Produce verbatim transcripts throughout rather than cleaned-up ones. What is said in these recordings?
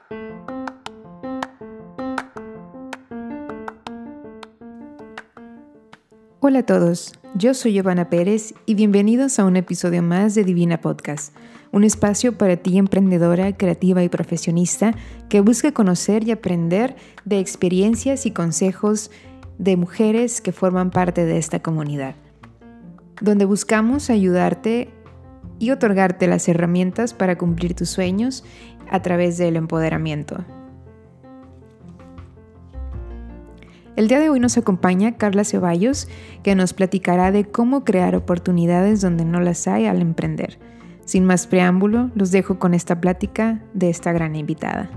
Hola a todos, yo soy Giovanna Pérez y bienvenidos a un episodio más de Divina Podcast, un espacio para ti emprendedora, creativa y profesionista que busca conocer y aprender de experiencias y consejos de mujeres que forman parte de esta comunidad, donde buscamos ayudarte y otorgarte las herramientas para cumplir tus sueños a través del empoderamiento. El día de hoy nos acompaña Carla Ceballos, que nos platicará de cómo crear oportunidades donde no las hay al emprender. Sin más preámbulo, los dejo con esta plática de esta gran invitada.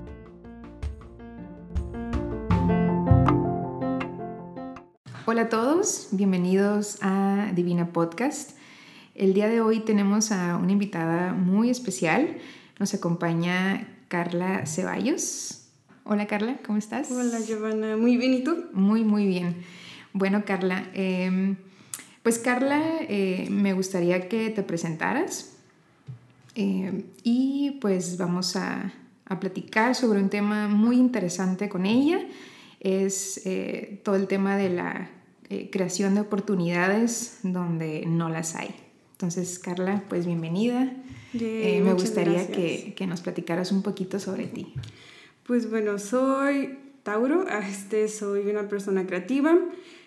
Hola a todos, bienvenidos a Divina Podcast. El día de hoy tenemos a una invitada muy especial. Nos acompaña Carla Ceballos. Hola Carla, ¿cómo estás? Hola Giovanna, muy bien, ¿y tú? Muy, muy bien. Bueno Carla, eh, pues Carla, eh, me gustaría que te presentaras eh, y pues vamos a, a platicar sobre un tema muy interesante con ella. Es eh, todo el tema de la eh, creación de oportunidades donde no las hay. Entonces Carla, pues bienvenida. Yeah, eh, me gustaría gracias. que, que nos platicaras un poquito sobre ti. Pues bueno, soy Tauro, este, soy una persona creativa.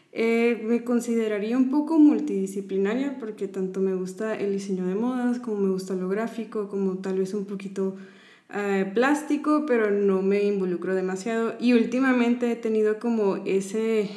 Eh, me consideraría un poco multidisciplinaria porque tanto me gusta el diseño de modas, como me gusta lo gráfico, como tal vez un poquito eh, plástico, pero no me involucro demasiado. Y últimamente he tenido como ese,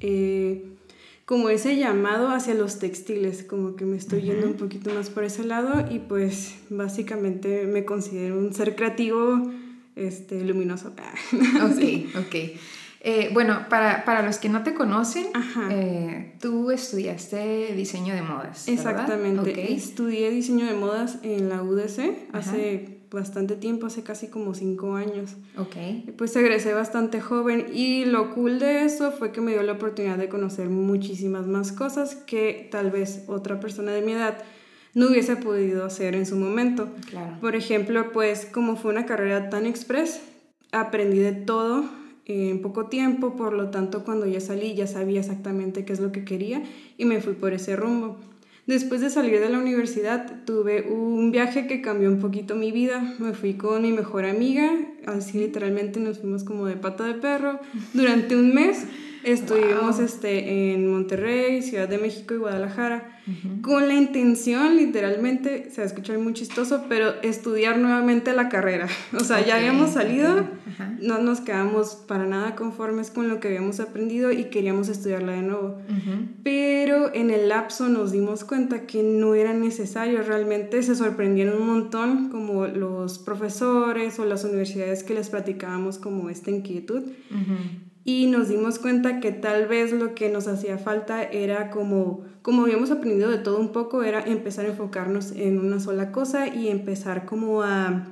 eh, como ese llamado hacia los textiles, como que me estoy yendo un poquito más por ese lado y pues básicamente me considero un ser creativo este, luminoso. Ok, Sí. ok. Eh, bueno, para, para los que no te conocen, Ajá. eh, tú estudiaste diseño de modas, ¿verdad? Exactamente. Okay. Estudié diseño de modas en la U D C hace Ajá. bastante tiempo, hace casi como cinco años. Ok. Pues egresé bastante joven y lo cool de eso fue que me dio la oportunidad de conocer muchísimas más cosas que tal vez otra persona de mi edad no hubiese podido hacer en su momento. Claro. Por ejemplo, pues como fue una carrera tan express, aprendí de todo en poco tiempo, por lo tanto cuando ya salí ya sabía exactamente qué es lo que quería y me fui por ese rumbo. Después de salir de la universidad tuve un viaje que cambió un poquito mi vida. Me fui con mi mejor amiga, así literalmente nos fuimos como de pata de perro durante un mes. Estuvimos wow. este, en Monterrey, Ciudad de México y Guadalajara, uh-huh. con la intención, literalmente, se va a escuchar muy chistoso, pero estudiar nuevamente la carrera. O sea, okay, ya habíamos salido, okay. uh-huh. no nos quedamos para nada conformes con lo que habíamos aprendido y queríamos estudiarla de nuevo. Uh-huh. Pero en el lapso nos dimos cuenta que no era necesario, realmente se sorprendieron un montón, como los profesores o las universidades que les platicábamos como esta inquietud. Uh-huh. Y nos dimos cuenta que tal vez lo que nos hacía falta era como, como habíamos aprendido de todo un poco, era empezar a enfocarnos en una sola cosa y empezar como a,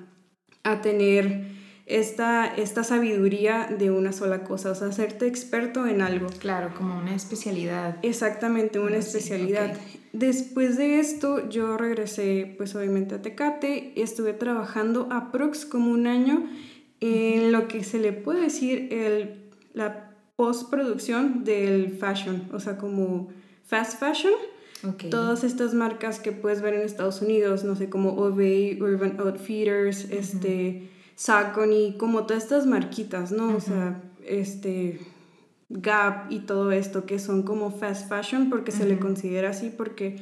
a tener esta, esta sabiduría de una sola cosa, o sea, hacerte experto en algo. Claro, como una especialidad. Exactamente, una sí, especialidad. Okay. Después de esto yo regresé pues obviamente a Tecate, estuve trabajando aprox como un año en uh-huh. lo que se le puede decir el... la postproducción del fashion, o sea, como fast fashion. Okay. Todas estas marcas que puedes ver en Estados Unidos, no sé, como Obey, Urban Outfitters, uh-huh. este, Saucony, como todas estas marquitas, ¿no? Uh-huh. O sea, este, Gap y todo esto, que son como fast fashion, porque uh-huh. se le considera así, porque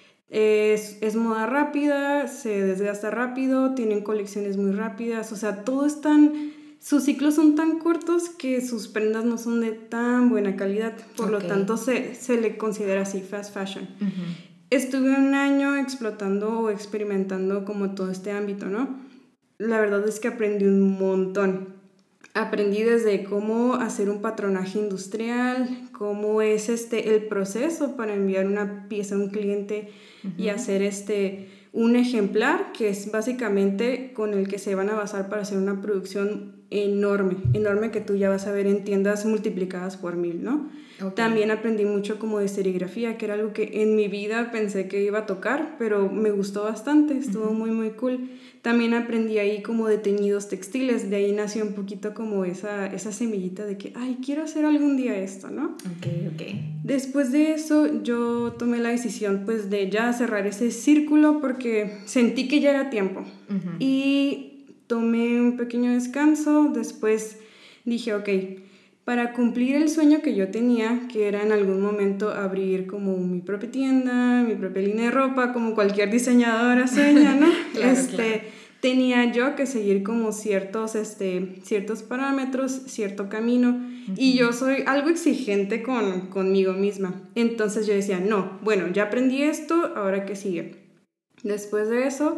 es, es moda rápida, se desgasta rápido, tienen colecciones muy rápidas, o sea, todo es tan... Sus ciclos son tan cortos que sus prendas no son de tan buena calidad, por okay. lo tanto se, se le considera así fast fashion. Uh-huh. Estuve un año explotando o experimentando como todo este ámbito, ¿no? La verdad es que aprendí un montón. Aprendí desde cómo hacer un patronaje industrial, cómo es este, el proceso para enviar una pieza a un cliente uh-huh. y hacer este, un ejemplar, que es básicamente con el que se van a basar para hacer una producción enorme, enorme que tú ya vas a ver en tiendas multiplicadas por mil, ¿no? Okay. También aprendí mucho como de serigrafía, que era algo que en mi vida pensé que iba a tocar, pero me gustó bastante, estuvo uh-huh. muy muy cool. También aprendí ahí como de teñidos textiles, de ahí nació un poquito como esa, esa semillita de que, ay, quiero hacer algún día esto, ¿no? Ok, ok. Después de eso yo tomé la decisión pues de ya cerrar ese círculo porque sentí que ya era tiempo. Uh-huh. Y tomé un pequeño descanso, después dije, ok, para cumplir el sueño que yo tenía, que era en algún momento abrir como mi propia tienda, mi propia línea de ropa, como cualquier diseñadora sueña, ¿no? Claro, este, claro. Tenía yo que seguir como ciertos, este, ciertos parámetros, cierto camino, uh-huh. y yo soy algo exigente con, conmigo misma. Entonces yo decía, no, bueno, ya aprendí esto, ¿ahora qué sigue? Después de eso,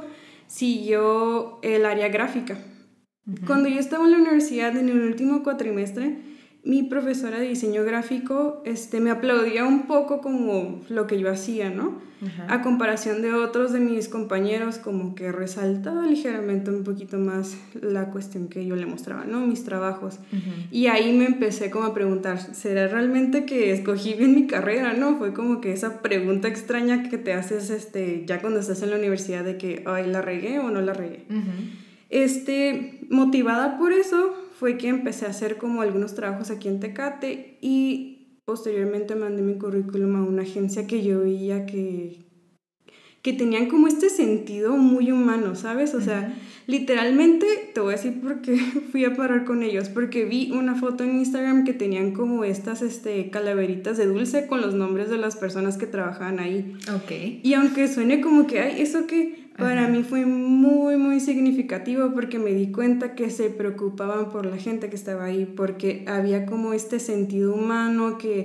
siguió el área gráfica. Uh-huh. Cuando yo estaba en la universidad, en el último cuatrimestre, mi profesora de diseño gráfico este, me aplaudía un poco como lo que yo hacía, ¿no? Uh-huh. A comparación de otros de mis compañeros, como que resaltaba ligeramente un poquito más la cuestión que yo le mostraba, ¿no? Mis trabajos. Uh-huh. Y ahí me empecé como a preguntar, ¿será realmente que escogí bien mi carrera, no? Fue como que esa pregunta extraña que te haces este, ya cuando estás en la universidad de que, ay, ¿la regué o no la regué? Uh-huh. Este, motivada por eso, fue que empecé a hacer como algunos trabajos aquí en Tecate y posteriormente mandé mi currículum a una agencia que yo veía que, que tenían como este sentido muy humano, ¿sabes? O uh-huh. sea, literalmente, te voy a decir por qué fui a parar con ellos, porque vi una foto en Instagram que tenían como estas este, calaveritas de dulce con los nombres de las personas que trabajaban ahí. Ok. Y aunque suene como que, ay, eso que... Para uh-huh. mí fue muy, muy significativo porque me di cuenta que se preocupaban por la gente que estaba ahí, porque había como este sentido humano que,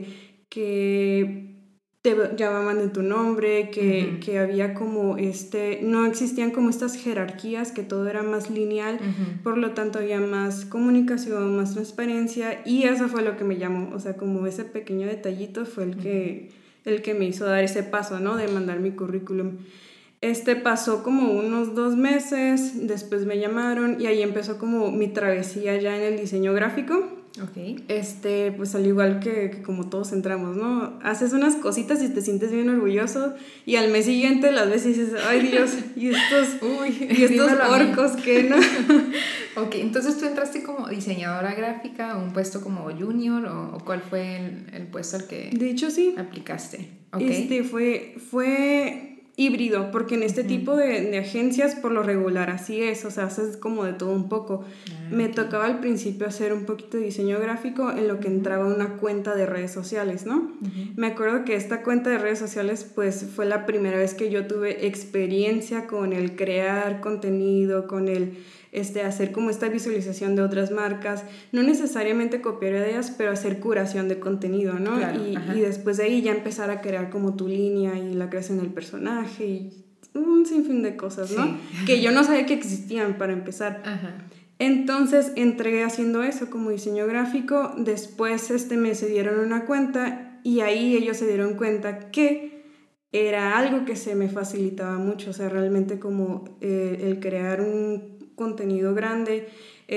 que te llamaban de tu nombre, que, uh-huh. que había como este, no existían como estas jerarquías, que todo era más lineal, uh-huh. por lo tanto había más comunicación, más transparencia, y eso fue lo que me llamó, o sea, como ese pequeño detallito fue el que, uh-huh. el que me hizo dar ese paso, ¿no? De mandar mi currículum. Este pasó como unos dos meses, después me llamaron y ahí empezó como mi travesía ya en el diseño gráfico. Okay. Este, pues al igual que, que como todos entramos, ¿no? Haces unas cositas y te sientes bien orgulloso y al mes siguiente las ves y dices, ay Dios, y estos, Uy, y estos orcos que no. Ok, entonces tú entraste como diseñadora gráfica, un puesto como junior o, o ¿cuál fue el, el puesto al que de hecho sí aplicaste? Okay. Este fue, fue híbrido, porque en este uh-huh. tipo de, de agencias por lo regular así es, o sea, haces como de todo un poco. Ah, me okay. tocaba al principio hacer un poquito de diseño gráfico en lo que entraba una cuenta de redes sociales, ¿no? Uh-huh. Me acuerdo que esta cuenta de redes sociales pues fue la primera vez que yo tuve experiencia con el crear contenido, con el este, hacer como esta visualización de otras marcas, no necesariamente copiar ideas, pero hacer curación de contenido, ¿no? Claro, y, y después de ahí ya empezar a crear como tu línea y la creación del personaje y un sinfín de cosas, ¿no? Sí. Que yo no sabía que existían para empezar. Ajá. Entonces entré haciendo eso como diseño gráfico, después este, me cedieron una cuenta y ahí ellos se dieron cuenta que era algo que se me facilitaba mucho, o sea, realmente como eh, el crear un contenido grande,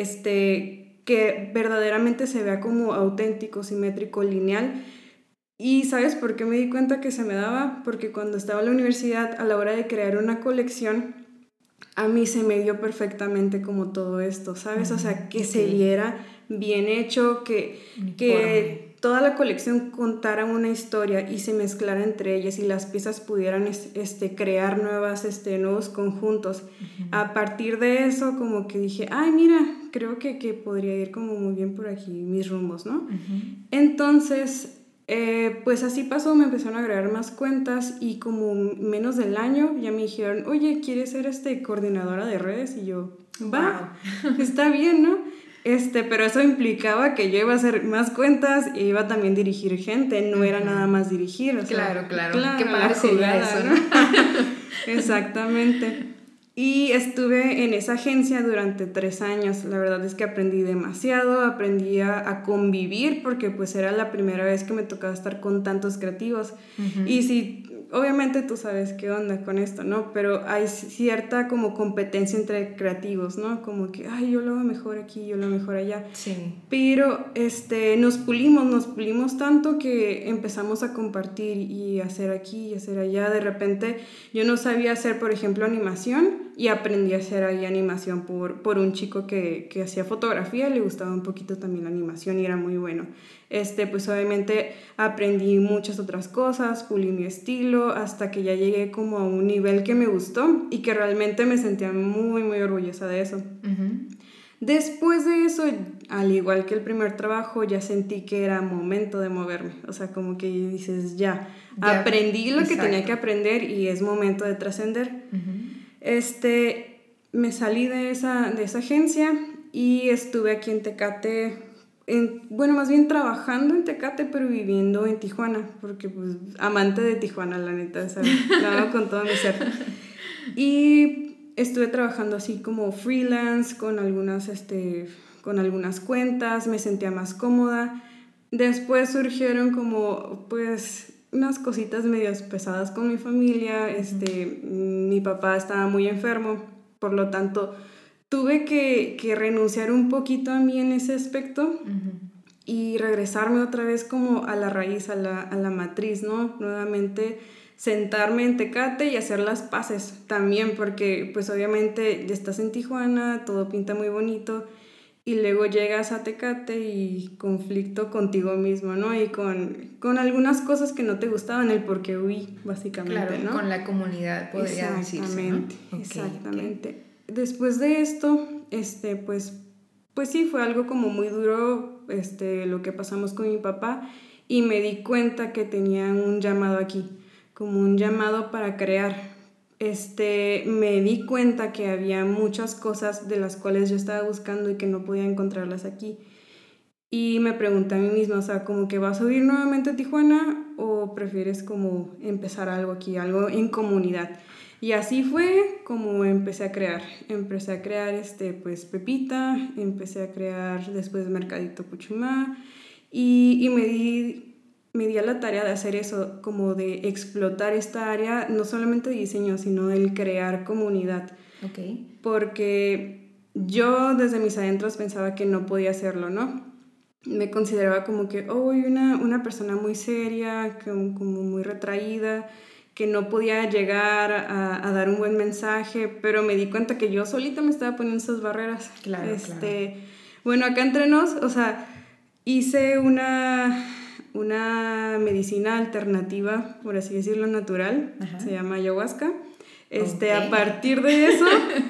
este, que verdaderamente se vea como auténtico, simétrico, lineal. ¿Y sabes por qué me di cuenta que se me daba? Porque cuando estaba en la universidad, a la hora de crear una colección, a mí se me dio perfectamente como todo esto, ¿sabes? O sea, que sí. se viera bien hecho, que, que toda la colección contara una historia y se mezclara entre ellas y las piezas pudieran este, crear nuevas, este, nuevos conjuntos. Uh-huh. A partir de eso como que dije, ay mira, creo que, que podría ir como muy bien por aquí mis rumbos, ¿no? Uh-huh. Entonces, eh, pues así pasó, me empezaron a agregar más cuentas y como menos del año ya me dijeron, oye, ¿quieres ser este, coordinadora de redes? Y yo, va, wow. Está bien, ¿no? Este, pero eso implicaba que yo iba a hacer más cuentas e iba a también dirigir gente, no uh-huh. era nada más dirigir. O sea, claro, claro, claro, qué padre sería eso, ¿no? Exactamente. Y estuve en esa agencia durante tres años, la verdad es que aprendí demasiado, aprendí a, a convivir porque pues era la primera vez que me tocaba estar con tantos creativos. Uh-huh. Y si obviamente tú sabes qué onda con esto, ¿no? Pero hay cierta como competencia entre creativos, ¿no? Como que, ay, yo lo hago mejor aquí, yo lo hago mejor allá. Sí. Pero este, nos pulimos, nos pulimos tanto que empezamos a compartir y hacer aquí y hacer allá. De repente yo no sabía hacer, por ejemplo, animación y aprendí a hacer ahí animación por, por un chico que, que hacía fotografía, le gustaba un poquito también la animación y era muy bueno. Este, pues obviamente aprendí muchas otras cosas, pulí mi estilo hasta que ya llegué como a un nivel que me gustó y que realmente me sentía muy, muy orgullosa de eso. Uh-huh. Después de eso, al igual que el primer trabajo, ya sentí que era momento de moverme. O sea, como que dices, ya, ya aprendí lo exacto. que tenía que aprender y es momento de trascender. Uh-huh. Este, me salí de esa, de esa agencia y estuve aquí en Tecate. En, bueno, más bien trabajando en Tecate, pero viviendo en Tijuana, porque pues amante de Tijuana, la neta, ¿sabes? La hago con todo mi ser. Y estuve trabajando así como freelance, con algunas, este, con algunas cuentas, me sentía más cómoda. Después surgieron como, pues, unas cositas medio pesadas con mi familia. Este, mi papá estaba muy enfermo, por lo tanto tuve que, que renunciar un poquito a mí en ese aspecto uh-huh. y regresarme otra vez como a la raíz, a la, a la matriz, ¿no? Nuevamente sentarme en Tecate y hacer las paces también, porque pues obviamente ya estás en Tijuana, todo pinta muy bonito y luego llegas a Tecate y conflicto contigo mismo, ¿no? Y con, con algunas cosas que no te gustaban, el por qué huí, básicamente, claro, ¿no? Con la comunidad, podría decirse, ¿no? Okay, exactamente. Okay. Después de esto, este, pues, pues sí, fue algo como muy duro este, lo que pasamos con mi papá y me di cuenta que tenía un llamado aquí, como un llamado para crear. Este, me di cuenta que había muchas cosas de las cuales yo estaba buscando y que no podía encontrarlas aquí. Y me pregunté a mí misma, o sea, como que ¿vas a ir nuevamente a Tijuana o prefieres como empezar algo aquí, algo en comunidad? Y así fue como empecé a crear. Empecé a crear, este, pues, Pepita, empecé a crear después Mercadito Puchumá y, y me, di, me di a la tarea de hacer eso, como de explotar esta área, no solamente de diseño, sino del crear comunidad. Okay. Porque yo desde mis adentros pensaba que no podía hacerlo, ¿no? Me consideraba como que, oh, una, una persona muy seria, como, como muy retraída, que no podía llegar a, a dar un buen mensaje, pero me di cuenta que yo solita me estaba poniendo esas barreras. Claro, este, claro. Bueno, acá entre nos, o sea, hice una, una medicina alternativa, por así decirlo, natural. Ajá. Se llama ayahuasca. Este, okay. A partir de eso,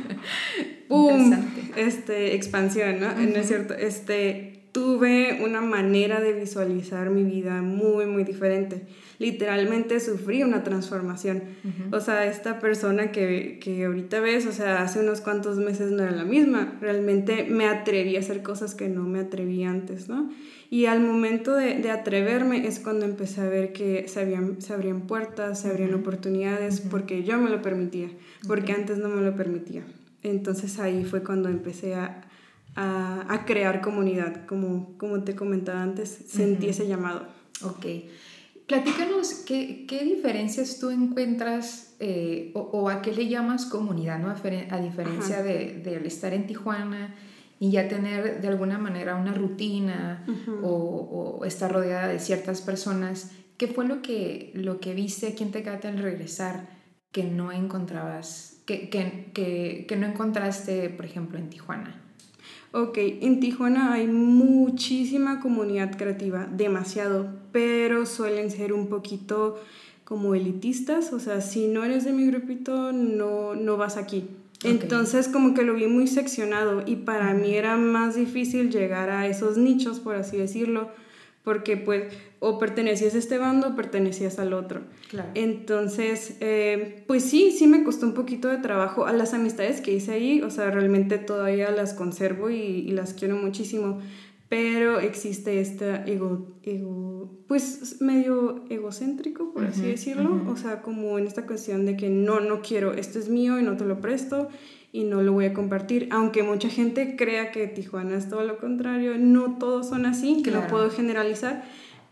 ¡pum! Este, expansión, ¿no? Uh-huh. No es cierto. Este... Tuve una manera de visualizar mi vida muy, muy diferente. Literalmente sufrí una transformación. Uh-huh. O sea, esta persona que, que ahorita ves, o sea, hace unos cuantos meses no era la misma. Realmente me atreví a hacer cosas que no me atreví antes, ¿no? Y al momento de, de atreverme es cuando empecé a ver que se, habían, se abrían puertas, se abrían uh-huh. oportunidades, uh-huh. porque yo me lo permitía, porque okay. antes no me lo permitía. Entonces ahí fue cuando empecé a... A, a crear comunidad, como, como te comentaba antes, sentí uh-huh. ese llamado. Ok. Platícanos, ¿qué, qué diferencias tú encuentras eh, o, o a qué le llamas comunidad, ¿no? A, a diferencia de, de estar en Tijuana y ya tener de alguna manera una rutina uh-huh. o, o estar rodeada de ciertas personas? ¿Qué fue lo que, lo que viste aquí en Tecate al regresar que no encontrabas, que, que, que, que no encontraste, por ejemplo, en Tijuana? Ok, en Tijuana hay muchísima comunidad creativa, demasiado, pero suelen ser un poquito como elitistas, o sea, si no eres de mi grupito, no, no vas aquí. Okay. Entonces como que lo vi muy seccionado y para uh-huh. mí era más difícil llegar a esos nichos, por así decirlo, porque pues o pertenecías a este bando o pertenecías al otro. Claro. Entonces, eh, pues sí, sí me costó un poquito de trabajo. A las amistades que hice ahí, o sea, realmente todavía las conservo y, y las quiero muchísimo, pero existe este ego, ego pues medio egocéntrico, por uh-huh, así decirlo, uh-huh. o sea, como en esta cuestión de que no, no quiero, esto es mío y no te lo presto y no lo voy a compartir, aunque mucha gente crea que Tijuana es todo lo contrario, no todos son así, que claro. no puedo generalizar,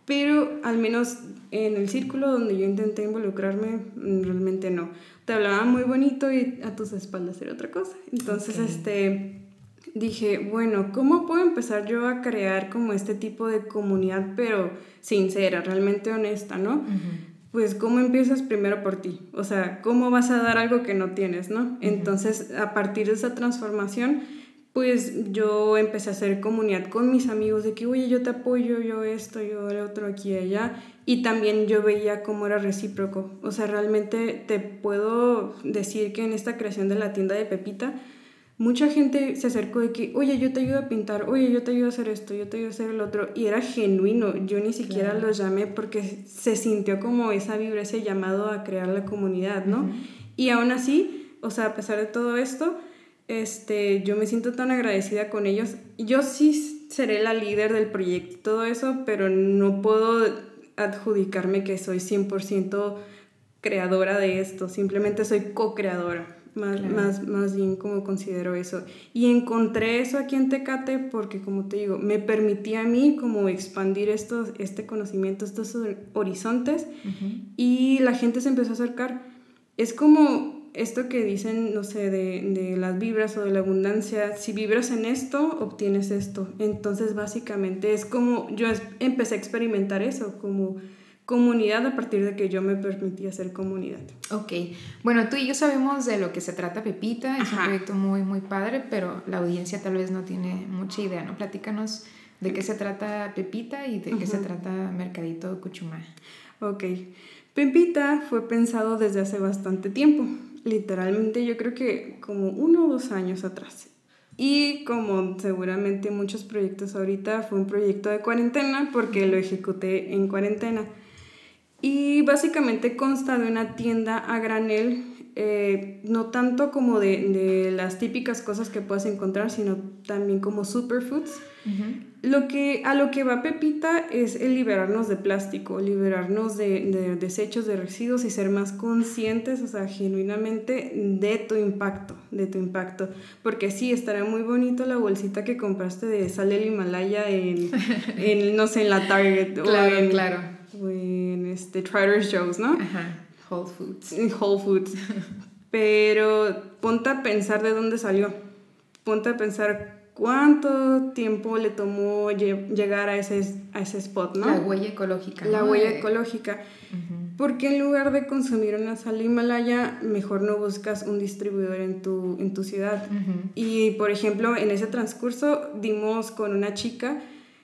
pero al menos en el círculo donde yo intenté involucrarme, realmente no. Te hablaban muy bonito y a tus espaldas era otra cosa. Entonces, okay. este, dije, bueno, ¿cómo puedo empezar yo a crear como este tipo de comunidad, pero sincera, realmente honesta, ¿no? Uh-huh. Pues, ¿cómo empiezas primero por ti? O sea, ¿cómo vas a dar algo que no tienes, no? Uh-huh. Entonces, a partir de esa transformación, pues yo empecé a hacer comunidad con mis amigos de que, oye, yo te apoyo, yo esto, yo el otro, aquí y allá. Y también yo veía cómo era recíproco. O sea, realmente te puedo decir que en esta creación de la tienda de Pepita, mucha gente se acercó de que, oye, yo te ayudo a pintar, oye, yo te ayudo a hacer esto, yo te ayudo a hacer el otro. Y era genuino. Yo ni siquiera claro. los llamé porque se sintió como esa vibra, ese llamado a crear la comunidad, ¿no? Uh-huh. Y aún así, o sea, a pesar de todo esto, Este, yo me siento tan agradecida con ellos. Yo sí seré la líder del proyecto y todo eso, pero no puedo adjudicarme que soy cien por ciento creadora de esto. Simplemente soy co-creadora, más, claro. más, más bien como considero eso. Y encontré eso aquí en Tecate porque, como te digo, me permití a mí como expandir estos, este conocimiento, estos horizontes, uh-huh. y la gente se empezó a acercar. Es como esto que dicen, no sé, de, de las vibras o de la abundancia, si vibras en esto, obtienes esto. Entonces, básicamente, es como yo empecé a experimentar eso, como comunidad a partir de que yo me permití hacer comunidad. Ok, bueno, tú y yo sabemos de lo que se trata Pepita, es Ajá. un proyecto muy, muy padre, pero la audiencia tal vez no tiene mucha idea, ¿no? Platícanos de qué se trata Pepita y de uh-huh. qué se trata Mercadito Cuchumá. Ok, Pepita fue pensado desde hace bastante tiempo. Literalmente yo creo que como uno o dos años atrás. Y como seguramente muchos proyectos ahorita, fue un proyecto de cuarentena porque lo ejecuté en cuarentena. Y básicamente consta de una tienda a granel, eh, no tanto como de, de las típicas cosas que puedes encontrar, sino también como superfoods. Uh-huh. Lo que, a lo que va Pepita es el liberarnos de plástico, liberarnos de, de desechos, de residuos y ser más conscientes, o sea, genuinamente de tu impacto, de tu impacto. Porque sí, estará muy bonito la bolsita que compraste de sal del Himalaya en, en no sé, en la Target. Claro, o en, claro. O en este, Trader Joe's, ¿no? Ajá, Whole Foods. En Whole Foods. Pero ponte a pensar de dónde salió. Ponte a pensar cuánto tiempo le tomó llegar a ese, a ese spot, ¿no? La huella ecológica. La ¿no? huella de... ecológica. Uh-huh. Porque en lugar de consumir una sal Himalaya, mejor no buscas un distribuidor en tu, en tu ciudad. Uh-huh. Y, por ejemplo, en ese transcurso dimos con una chica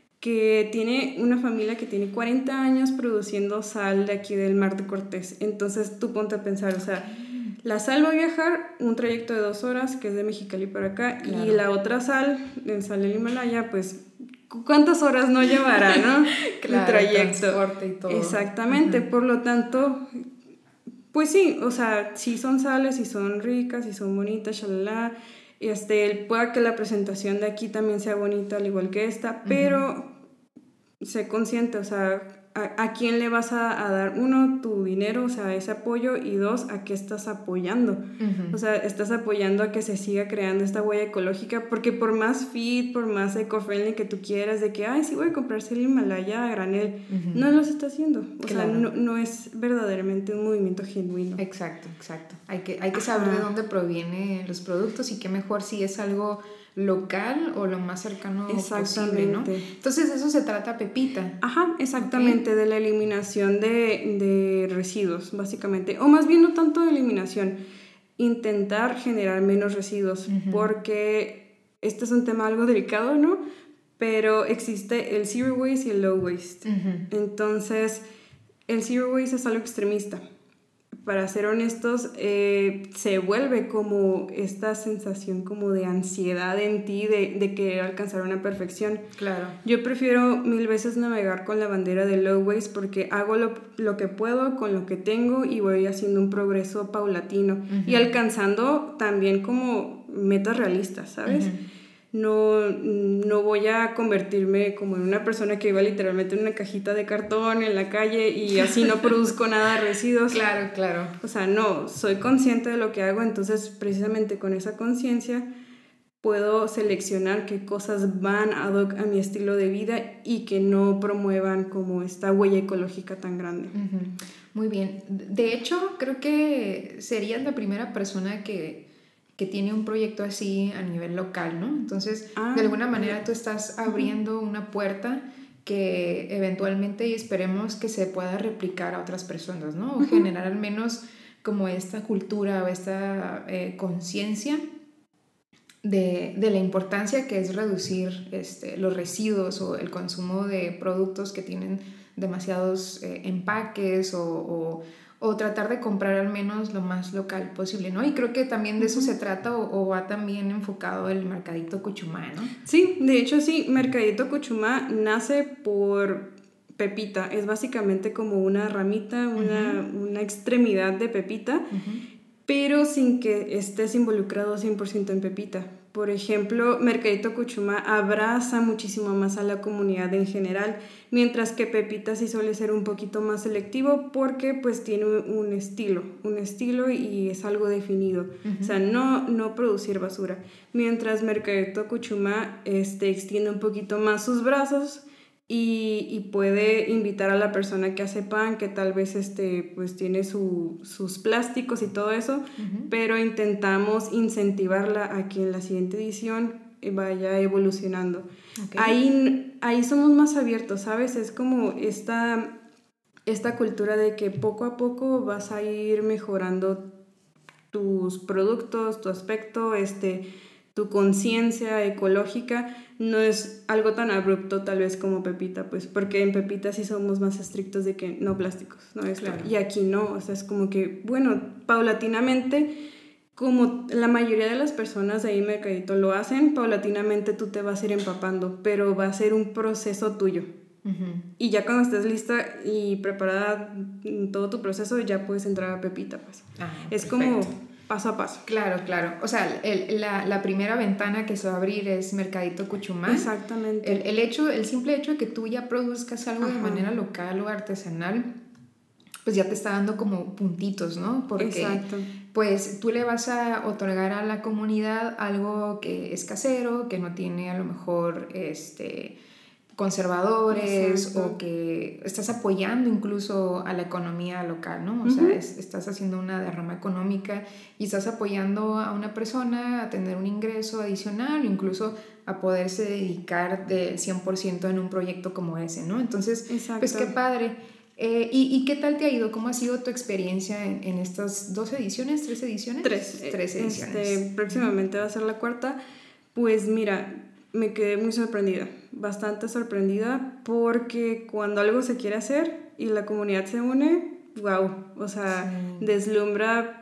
que tiene una familia que tiene cuarenta años produciendo sal de aquí del Mar de Cortés. Entonces tú ponte a pensar, o sea, la sal va a viajar un trayecto de dos horas, que es de Mexicali para acá, claro. y la otra sal, el sal del Himalaya, pues, ¿cuántas horas no llevará, no? Claro, el trayecto. Transporte y todo. Exactamente, uh-huh. Por lo tanto, pues sí, o sea, sí son sales, sí son ricas, sí son bonitas, shalala. Este, pueda que la presentación de aquí también sea bonita, al igual que esta, pero uh-huh. sé consciente, o sea, a, a quién le vas a, a dar, uno, tu dinero, o sea, ese apoyo, y dos, a qué estás apoyando. Uh-huh. O sea, estás apoyando a que se siga creando esta huella ecológica, porque por más fit, por más eco-friendly que tú quieras, de que, ay, sí voy a comprarse el Himalaya a granel, uh-huh. no lo está haciendo. O claro. sea, no, no es verdaderamente un movimiento genuino. Exacto, exacto. Hay que, hay que saber Ajá. de dónde provienen los productos y qué mejor si es algo local o lo más cercano posible, ¿no? Entonces, eso se trata Pepita. Ajá, exactamente, okay. De la eliminación de, de residuos, básicamente. O más bien no tanto de eliminación, intentar generar menos residuos, uh-huh. porque este es un tema algo delicado, ¿no? Pero existe el zero waste y el low waste. Uh-huh. Entonces, el zero waste es algo extremista. Para ser honestos, eh, se vuelve como esta sensación como de ansiedad en ti, de, de querer alcanzar una perfección. Claro. Yo prefiero mil veces navegar con la bandera de low waste porque hago lo, lo que puedo con lo que tengo y voy haciendo un progreso paulatino. Uh-huh. Y alcanzando también como metas realistas, ¿sabes? Uh-huh. No, no voy a convertirme como en una persona que iba literalmente en una cajita de cartón en la calle y así no produzco nada de residuos. Claro, claro. O sea, no, soy consciente de lo que hago, entonces precisamente con esa conciencia, puedo seleccionar qué cosas van ad hoc a mi estilo de vida y que no promuevan como esta huella ecológica tan grande. Uh-huh. Muy bien. De hecho, creo que serías la primera persona que, que tiene un proyecto así a nivel local, ¿no? Entonces, ah, de alguna manera tú estás abriendo uh-huh. una puerta que eventualmente y esperemos que se pueda replicar a otras personas, ¿no? O uh-huh. generar al menos como esta cultura o esta eh, conciencia De, de la importancia que es reducir este, los residuos o el consumo de productos que tienen demasiados eh, empaques o, o, o tratar de comprar al menos lo más local posible, ¿no? Y creo que también de eso se trata o, o va también enfocado el Mercadito Cuchumá, ¿no? Sí, de hecho sí, Mercadito Cuchumá nace por Pepita, es básicamente como una ramita, una, uh-huh. una extremidad de Pepita, uh-huh. pero sin que estés involucrado cien por ciento en Pepita. Por ejemplo, Mercadito Cuchumá abraza muchísimo más a la comunidad en general, mientras que Pepita sí suele ser un poquito más selectivo porque pues tiene un estilo, un estilo y es algo definido. Uh-huh. O sea, no, no producir basura. Mientras Mercadito Cuchumá este, extiende un poquito más sus brazos Y, y puede invitar a la persona que hace pan, que tal vez este, pues tiene su, sus plásticos y todo eso, uh-huh. pero intentamos incentivarla a que en la siguiente edición vaya evolucionando. Okay. Ahí, ahí somos más abiertos, ¿sabes? Es como esta, esta cultura de que poco a poco vas a ir mejorando tus productos, tu aspecto, este... tu conciencia ecológica. No es algo tan abrupto tal vez como Pepita, pues porque en Pepita sí somos más estrictos de que no plásticos, no esto, claro. Y aquí no, o sea, es como que, bueno, paulatinamente, como la mayoría de las personas de ahí en Mercadito lo hacen, paulatinamente tú te vas a ir empapando, pero va a ser un proceso tuyo. Uh-huh. Y ya cuando estés lista y preparada en todo tu proceso, ya puedes entrar a Pepita, pues. Ah, es perfecto. Como... paso a paso. Claro, claro. O sea, el, la, la primera ventana que se va a abrir es Mercadito Cuchumá. Exactamente. El, el, hecho, el simple hecho de que tú ya produzcas algo Ajá. de manera local o artesanal, pues ya te está dando como puntitos, ¿no? Porque Exacto. pues tú le vas a otorgar a la comunidad algo que es casero, que no tiene a lo mejor este... conservadores Exacto. O que estás apoyando incluso a la economía local, ¿no? O uh-huh. sea, es, estás haciendo una derrama económica y estás apoyando a una persona a tener un ingreso adicional, incluso a poderse dedicar del cien por ciento en un proyecto como ese, ¿no? Entonces, Exacto. Pues qué padre. Eh, ¿y, ¿Y qué tal te ha ido? ¿Cómo ha sido tu experiencia en, en estas dos ediciones, tres ediciones? Tres. Tres ediciones. Este, próximamente va a ser la cuarta. Pues mira... me quedé muy sorprendida, bastante sorprendida, porque cuando algo se quiere hacer y la comunidad se une, wow, o sea, sí. deslumbra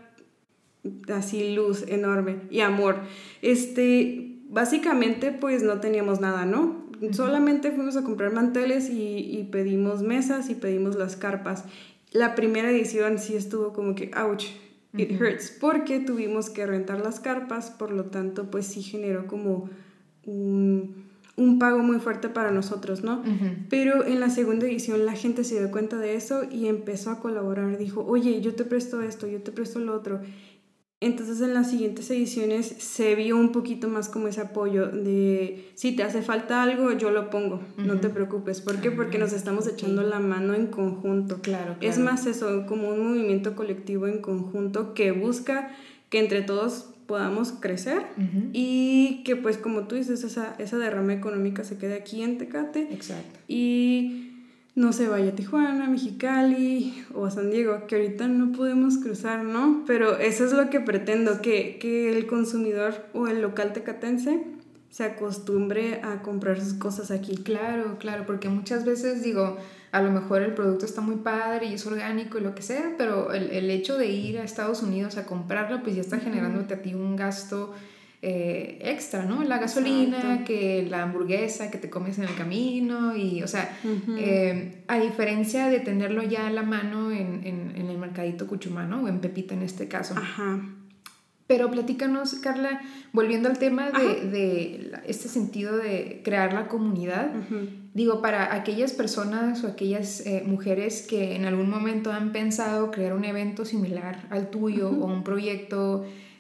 así luz enorme y amor. Este, básicamente pues no teníamos nada, ¿no? Uh-huh. Solamente fuimos a comprar manteles y, y pedimos mesas y pedimos las carpas. La primera edición sí estuvo como que, ouch, it uh-huh. hurts, porque tuvimos que rentar las carpas, por lo tanto pues sí generó como... Un, un pago muy fuerte para nosotros, ¿no? Uh-huh. Pero en la segunda edición la gente se dio cuenta de eso y empezó a colaborar, dijo, oye, yo te presto esto, yo te presto lo otro. Entonces en las siguientes ediciones se vio un poquito más como ese apoyo de, si te hace falta algo, yo lo pongo, uh-huh. no te preocupes. ¿Por qué? Porque nos estamos echando la mano en conjunto. Claro, claro. Es más eso, como un movimiento colectivo en conjunto que busca que entre todos podamos crecer uh-huh. y que pues como tú dices esa, esa derrama económica se quede aquí en Tecate. Exacto. Y no se vaya a Tijuana, Mexicali o a San Diego, que ahorita no podemos cruzar, ¿no? Pero eso es lo que pretendo, que, que el consumidor o el local tecatense se acostumbre a comprar sus cosas aquí. Claro, claro, porque muchas veces digo, a lo mejor el producto está muy padre y es orgánico y lo que sea, pero el, el hecho de ir a Estados Unidos a comprarlo, pues ya está generándote a ti un gasto eh, extra, ¿no? La gasolina, Exacto. que la hamburguesa que te comes en el camino y, o sea, uh-huh. eh, a diferencia de tenerlo ya a la mano en, en, en el Mercadito Cuchumá, ¿no? O en Pepita en este caso. Ajá. Pero platícanos, Carla, volviendo al tema de, de este sentido de crear la comunidad, uh-huh. digo, para aquellas personas o aquellas eh, mujeres que en algún momento han pensado crear un evento similar al tuyo uh-huh. o un proyecto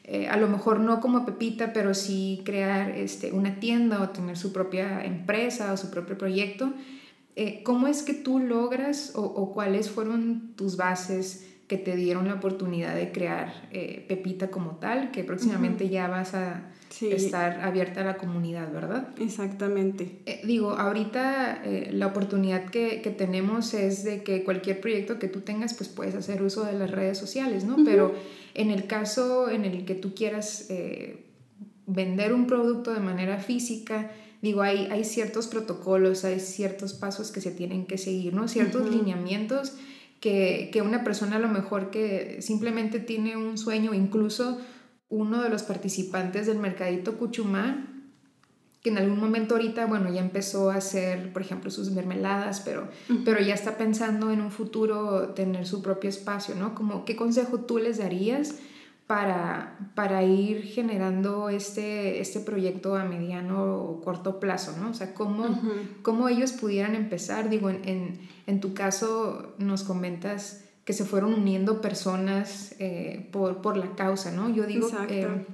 eh, a lo mejor no como Pepita, pero sí crear este, una tienda o tener su propia empresa o su propio proyecto. Eh, ¿Cómo es que tú logras o, o cuáles fueron tus bases que te dieron la oportunidad de crear eh, Pepita como tal, que próximamente uh-huh. ya vas a sí. estar abierta a la comunidad, ¿verdad? Exactamente. Eh, digo, ahorita eh, la oportunidad que, que tenemos es de que cualquier proyecto que tú tengas, pues puedes hacer uso de las redes sociales, ¿no? Uh-huh. Pero en el caso en el que tú quieras eh, vender un producto de manera física, digo, hay, hay ciertos protocolos, hay ciertos pasos que se tienen que seguir, ¿no? Ciertos uh-huh. lineamientos que, que una persona a lo mejor que simplemente tiene un sueño, incluso uno de los participantes del Mercadito Cuchumá, que en algún momento ahorita, bueno, ya empezó a hacer, por ejemplo, sus mermeladas, pero, uh-huh. pero ya está pensando en un futuro tener su propio espacio, ¿no? Como, ¿qué consejo tú les darías para, para ir generando este, este proyecto a mediano o corto plazo, ¿no? O sea, ¿cómo, uh-huh. cómo ellos pudieran empezar? Digo, en, en, en tu caso nos comentas que se fueron uniendo personas eh, por, por la causa, ¿no? Yo digo, eh,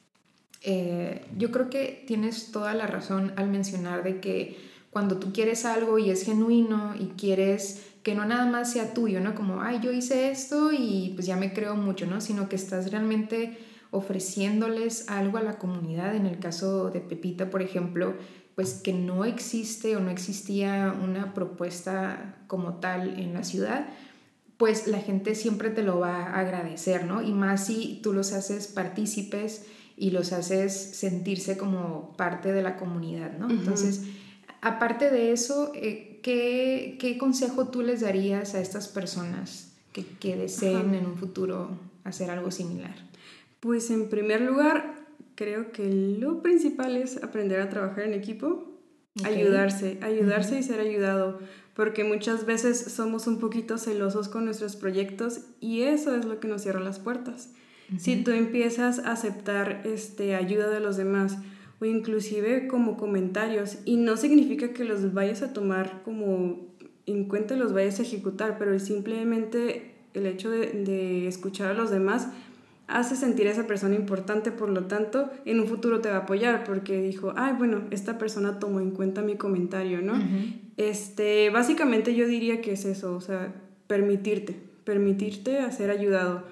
eh, yo creo que tienes toda la razón al mencionar de que cuando tú quieres algo y es genuino y quieres que no nada más sea tuyo, ¿no? Como, ay, yo hice esto y pues ya me creo mucho, ¿no? Sino que estás realmente ofreciéndoles algo a la comunidad. En el caso de Pepita, por ejemplo, pues que no existe o no existía una propuesta como tal en la ciudad, pues la gente siempre te lo va a agradecer, ¿no? Y más si tú los haces partícipes y los haces sentirse como parte de la comunidad, ¿no? Uh-huh. Entonces, aparte de eso, eh, ¿qué, ¿qué consejo tú les darías a estas personas que, que deseen uh-huh. en un futuro hacer algo similar? Pues en primer lugar, creo que lo principal es aprender a trabajar en equipo, okay. ayudarse, ayudarse uh-huh. y ser ayudado, porque muchas veces somos un poquito celosos con nuestros proyectos y eso es lo que nos cierra las puertas. Uh-huh. Si tú empiezas a aceptar este, ayuda de los demás o inclusive como comentarios, y no significa que los vayas a tomar como en cuenta, los vayas a ejecutar, pero simplemente el hecho de, de escuchar a los demás hace sentir a esa persona importante, por lo tanto, en un futuro te va a apoyar porque dijo, ay, bueno, esta persona tomó en cuenta mi comentario, ¿no? Uh-huh. Este, básicamente yo diría que es eso, o sea, permitirte, permitirte a ser ayudado,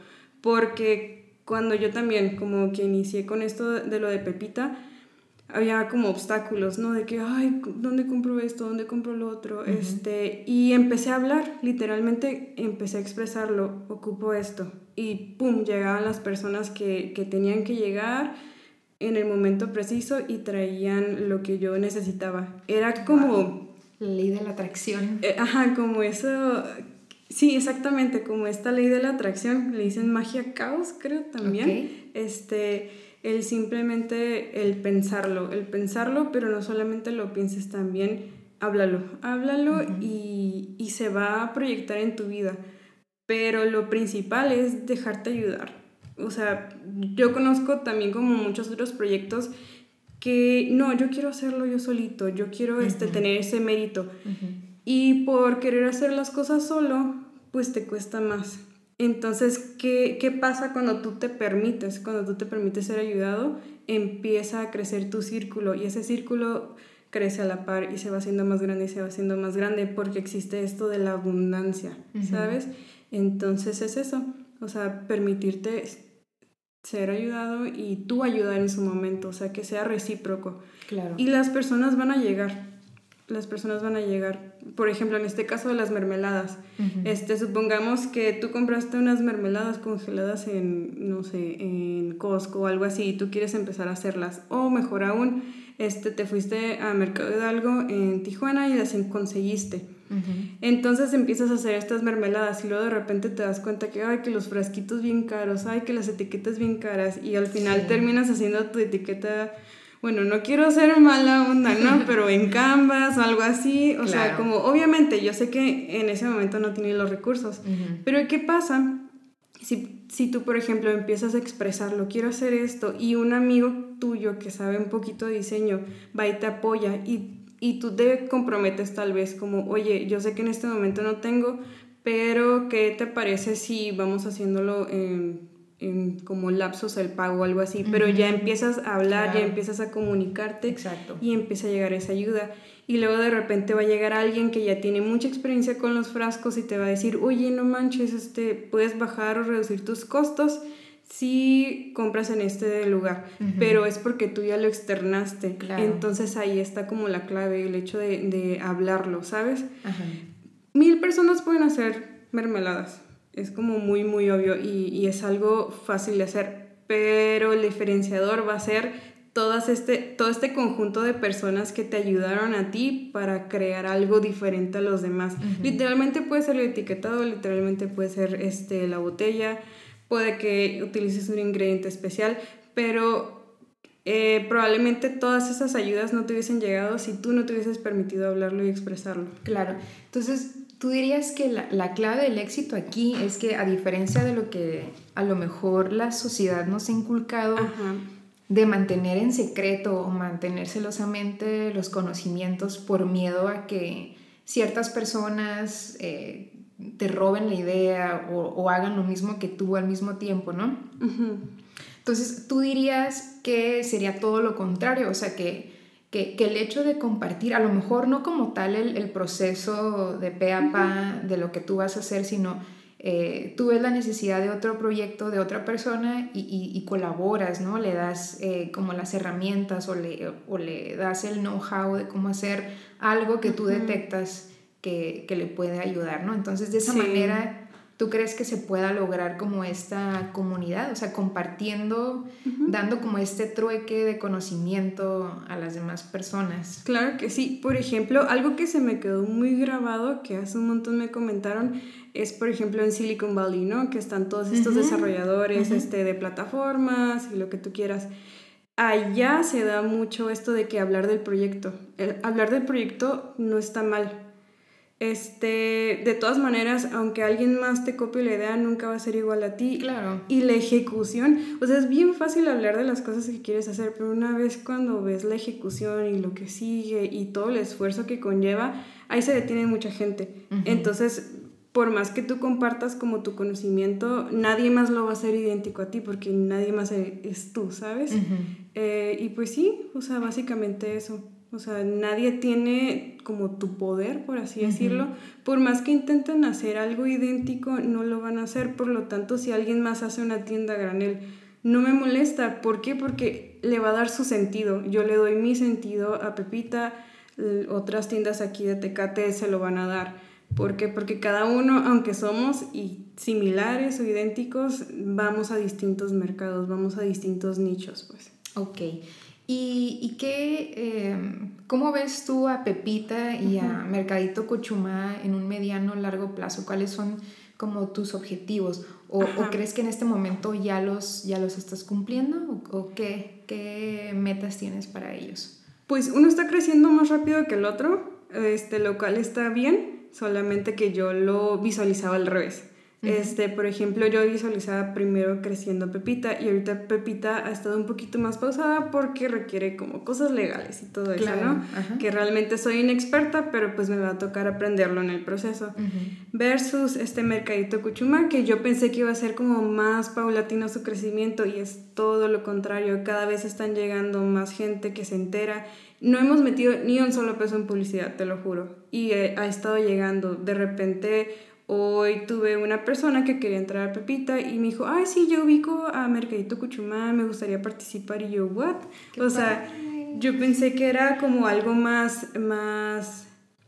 porque cuando yo también, como que inicié con esto de lo de Pepita, había como obstáculos, ¿no? De que, ay, ¿dónde compro esto? ¿Dónde compro lo otro? Uh-huh. Este, y empecé a hablar, literalmente empecé a expresarlo, ocupo esto. Y pum, llegaban las personas que, que tenían que llegar en el momento preciso y traían lo que yo necesitaba. Era como... Wow. La ley de la atracción. Eh, ajá, como eso... Sí, exactamente, como esta ley de la atracción, le dicen magia caos, creo también. Okay. Este... el simplemente el pensarlo, el pensarlo, pero no solamente lo pienses, también háblalo, háblalo uh-huh. y, y se va a proyectar en tu vida, pero lo principal es dejarte ayudar. O sea, yo conozco también como muchos otros proyectos que no, yo quiero hacerlo yo solito, yo quiero uh-huh. este, tener ese mérito uh-huh. y por querer hacer las cosas solo, pues te cuesta más. Entonces, ¿qué, ¿qué pasa cuando tú te permites? Cuando tú te permites ser ayudado, empieza a crecer tu círculo y ese círculo crece a la par y se va haciendo más grande y se va haciendo más grande porque existe esto de la abundancia, uh-huh. ¿sabes? Entonces es eso, o sea, permitirte ser ayudado y tú ayudar en su momento, o sea, que sea recíproco. Claro. Y las personas van a llegar. Las personas van a llegar. Por ejemplo, en este caso de las mermeladas. Uh-huh. Este, supongamos que tú compraste unas mermeladas congeladas en, no sé, en Costco o algo así y tú quieres empezar a hacerlas. O mejor aún, este, te fuiste a Mercado Hidalgo en Tijuana y las conseguiste. Uh-huh. Entonces empiezas a hacer estas mermeladas y luego de repente te das cuenta que, ay, que los frasquitos bien caros, ay, que las etiquetas bien caras y al final sí. terminas haciendo tu etiqueta... Bueno, no quiero ser mala onda, ¿no? Pero en Canvas o algo así, o claro. sea, como obviamente yo sé que en ese momento no tienes los recursos, uh-huh. pero ¿qué pasa si, si tú, por ejemplo, empiezas a expresarlo, quiero hacer esto, y un amigo tuyo que sabe un poquito de diseño va y te apoya y, y tú te comprometes tal vez como, oye, yo sé que en este momento no tengo, pero ¿qué te parece si vamos haciéndolo en... en como lapsos el pago o algo así, pero uh-huh. ya empiezas a hablar, claro. ya empiezas a comunicarte. Exacto. Y empieza a llegar esa ayuda. Y luego de repente va a llegar alguien que ya tiene mucha experiencia con los frascos y te va a decir, oye, no manches, este, puedes bajar o reducir tus costos si compras en este lugar, uh-huh. pero es porque tú ya lo externaste. Claro. Entonces ahí está como la clave, el hecho de, de hablarlo, ¿sabes? Uh-huh. Mil personas pueden hacer mermeladas, es como muy muy obvio y, y es algo fácil de hacer, pero el diferenciador va a ser todas este, todo este conjunto de personas que te ayudaron a ti para crear algo diferente a los demás. Uh-huh. Literalmente puede ser el etiquetado, literalmente puede ser este, la botella, puede que utilices un ingrediente especial, pero eh, probablemente todas esas ayudas no te hubiesen llegado si tú no te hubieses permitido hablarlo y expresarlo. Claro, entonces tú dirías que la, la clave del éxito aquí es que, a diferencia de lo que a lo mejor la sociedad nos ha inculcado, ajá. de mantener en secreto o mantener celosamente los conocimientos por miedo a que ciertas personas eh, te roben la idea o, o hagan lo mismo que tú al mismo tiempo, ¿no? Uh-huh. Entonces, tú dirías que sería todo lo contrario, o sea, que, que, que el hecho de compartir, a lo mejor no como tal el, el proceso de pe a pa uh-huh. de lo que tú vas a hacer, sino eh, tú ves la necesidad de otro proyecto, de otra persona y, y, y colaboras, ¿no? Le das eh, como las herramientas o le, o le das el know-how de cómo hacer algo que tú uh-huh. detectas que, que le puede ayudar, ¿no? Entonces, de esa sí. manera, ¿tú crees que se pueda lograr como esta comunidad? O sea, compartiendo, uh-huh. dando como este trueque de conocimiento a las demás personas. Claro que sí. Por ejemplo, algo que se me quedó muy grabado, que hace un montón me comentaron, es, por ejemplo, en Silicon Valley, ¿no? Que están todos estos uh-huh. desarrolladores uh-huh. este, de plataformas y lo que tú quieras. Allá se da mucho esto de que hablar del proyecto. El, hablar del proyecto no está mal. Este, de todas maneras, aunque alguien más te copie la idea, nunca va a ser igual a ti. Claro. Y la ejecución, o sea, es bien fácil hablar de las cosas que quieres hacer, pero una vez cuando ves la ejecución y lo que sigue y todo el esfuerzo que conlleva, ahí se detiene mucha gente. Uh-huh. Entonces, por más que tú compartas como tu conocimiento, nadie más lo va a hacer idéntico a ti, porque nadie más es tú, ¿sabes? Uh-huh. Eh, y pues sí, o sea, básicamente eso. O sea, nadie tiene como tu poder, por así uh-huh. decirlo. Por más que intenten hacer algo idéntico, no lo van a hacer. Por lo tanto, si alguien más hace una tienda a granel, no me molesta. ¿Por qué? Porque le va a dar su sentido. Yo le doy mi sentido a Pepita, otras tiendas aquí de Tecate se lo van a dar. ¿Por qué? Porque cada uno, aunque somos y similares o idénticos, vamos a distintos mercados, vamos a distintos nichos, pues. Ok. ¿Y, y qué, eh, cómo ves tú a Pepita y uh-huh. a Mercadito Cuchumá en un mediano largo plazo? ¿Cuáles son como tus objetivos? ¿O, ¿o crees que en este momento ya los, ya los estás cumpliendo? ¿O, o qué, qué metas tienes para ellos? Pues uno está creciendo más rápido que el otro, este, lo cual está bien, solamente que yo lo visualizaba al revés. Uh-huh. Este, por ejemplo, yo visualizaba primero creciendo Pepita y ahorita Pepita ha estado un poquito más pausada porque requiere como cosas legales y todo eso, claro. ¿no? Uh-huh. Que realmente soy inexperta, pero pues me va a tocar aprenderlo en el proceso. Uh-huh. Versus este Mercadito Cuchumá, que yo pensé que iba a ser como más paulatino su crecimiento y es todo lo contrario. Cada vez están llegando más gente que se entera. No hemos metido ni un solo peso en publicidad, te lo juro. Y eh, ha estado llegando. De repente... Hoy tuve una persona que quería entrar a Pepita y me dijo, ay, sí, yo ubico a Mercadito Cuchumá, me gustaría participar. Y yo, ¿what? Qué o sea, padre. Yo pensé que era como algo más, más,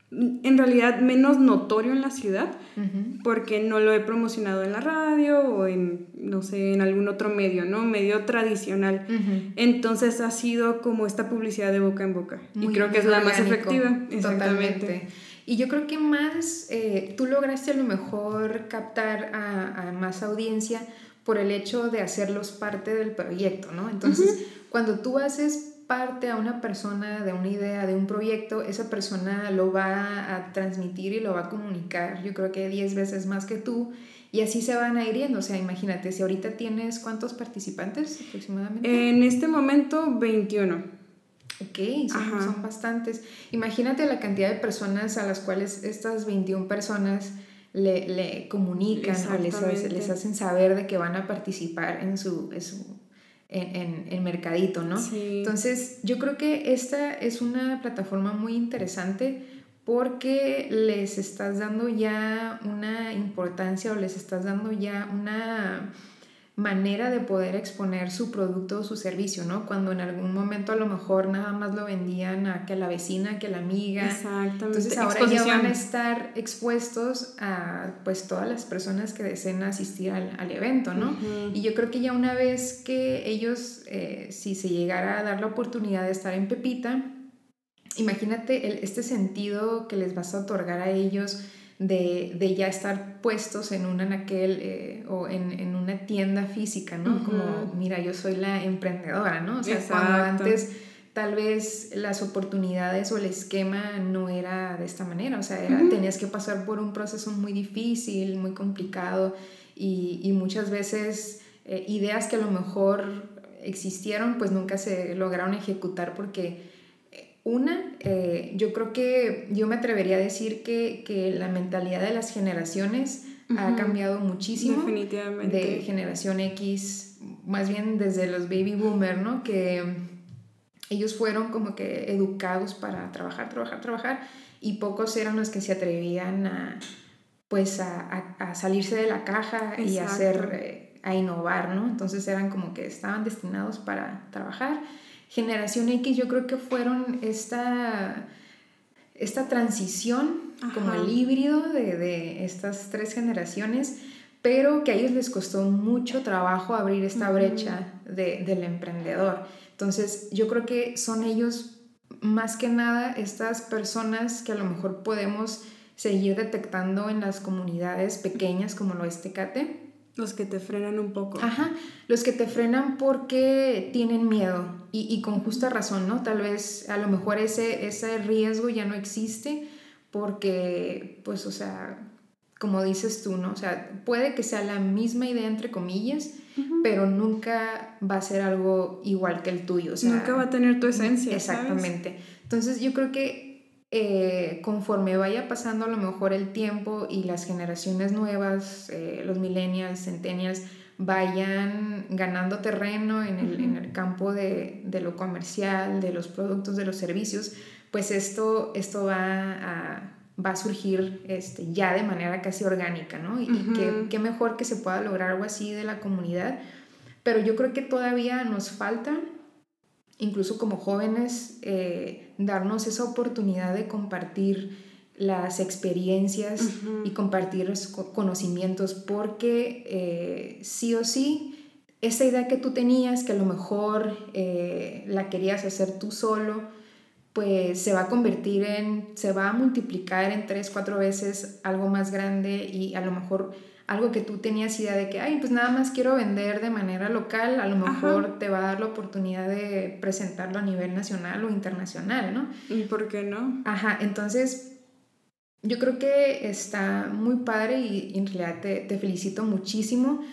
en realidad menos notorio en la ciudad, uh-huh. porque no lo he promocionado en la radio o en, no sé, en algún otro medio, ¿no? Medio tradicional. Uh-huh. Entonces ha sido como esta publicidad de boca en boca. Muy y creo que es la orgánico. Más efectiva. Exactamente. Totalmente. Y yo creo que más, eh, tú lograste a lo mejor captar a, a más audiencia por el hecho de hacerlos parte del proyecto, ¿no? Entonces, uh-huh. cuando tú haces parte a una persona de una idea, de un proyecto, esa persona lo va a transmitir y lo va a comunicar, yo creo que diez veces más que tú, y así se van adhiriendo. O sea, imagínate, si ahorita tienes, ¿cuántos participantes aproximadamente? En este momento, veintiuno. Ok, son, son bastantes. Imagínate la cantidad de personas a las cuales estas veintiuna personas le, le comunican o les, les hacen saber de que van a participar en su, en su en, en, en Mercadito, ¿no? Sí. Entonces yo creo que esta es una plataforma muy interesante porque les estás dando ya una importancia o les estás dando ya una manera de poder exponer su producto o su servicio, ¿no? Cuando en algún momento a lo mejor nada más lo vendían a que la vecina, que la amiga. Exactamente. Entonces ahora ya van a estar expuestos a pues todas las personas que deseen asistir al, al evento, ¿no? Uh-huh. Y yo creo que ya una vez que ellos, eh, si se llegara a dar la oportunidad de estar en Pepita, imagínate el, este sentido que les vas a otorgar a ellos de, de ya estar puestos en un anaquel eh, o en, en una tienda física, ¿no? Uh-huh. Como, mira, yo soy la emprendedora, ¿no? O sea, exacto. Cuando antes tal vez las oportunidades o el esquema no era de esta manera, o sea, era, uh-huh. tenías que pasar por un proceso muy difícil, muy complicado y, y muchas veces eh, ideas que a lo mejor existieron pues nunca se lograron ejecutar porque una, eh, yo creo que yo me atrevería a decir que, que la mentalidad de las generaciones uh-huh. ha cambiado muchísimo. Definitivamente. De generación X, más bien desde los baby boomer, ¿no? Que ellos fueron como que educados para trabajar, trabajar, trabajar y pocos eran los que se atrevían a, pues a, a, a salirse de la caja. Exacto. Y a hacer, eh, a innovar, ¿no? Entonces eran como que estaban destinados para trabajar. Generación X yo creo que fueron esta, esta transición, ajá. como el híbrido de, de estas tres generaciones, pero que a ellos les costó mucho trabajo abrir esta uh-huh. brecha de, del emprendedor. Entonces yo creo que son ellos más que nada estas personas que a lo mejor podemos seguir detectando en las comunidades pequeñas como lo es Tecate. Los que te frenan un poco. Ajá, los que te frenan porque tienen miedo y, y con justa razón, ¿no? Tal vez a lo mejor ese, ese riesgo ya no existe porque, pues, o sea, como dices tú, ¿no? O sea, puede que sea la misma idea entre comillas, uh-huh. pero nunca va a ser algo igual que el tuyo. O sea, nunca va a tener tu esencia, exactamente. ¿sabes? Entonces yo creo que Eh, conforme vaya pasando a lo mejor el tiempo y las generaciones nuevas, eh, los millennials, centennials, vayan ganando terreno en el, uh-huh. en el campo de, de lo comercial, de los productos, de los servicios, pues esto, esto va, a, va a surgir este, ya de manera casi orgánica, ¿no? Y, uh-huh. y qué, qué mejor que se pueda lograr algo así de la comunidad, pero yo creo que todavía nos falta, incluso como jóvenes, eh, darnos esa oportunidad de compartir las experiencias uh-huh. y compartir los conocimientos porque eh, sí o sí, esa idea que tú tenías, que a lo mejor eh, la querías hacer tú solo, pues se va a convertir en, se va a multiplicar en tres, cuatro veces algo más grande y a lo mejor algo que tú tenías idea de que, ay, pues nada más quiero vender de manera local, a lo mejor ajá. te va a dar la oportunidad de presentarlo a nivel nacional o internacional, ¿no? ¿Y por qué no? Ajá, entonces yo creo que está muy padre y en realidad te, te felicito muchísimo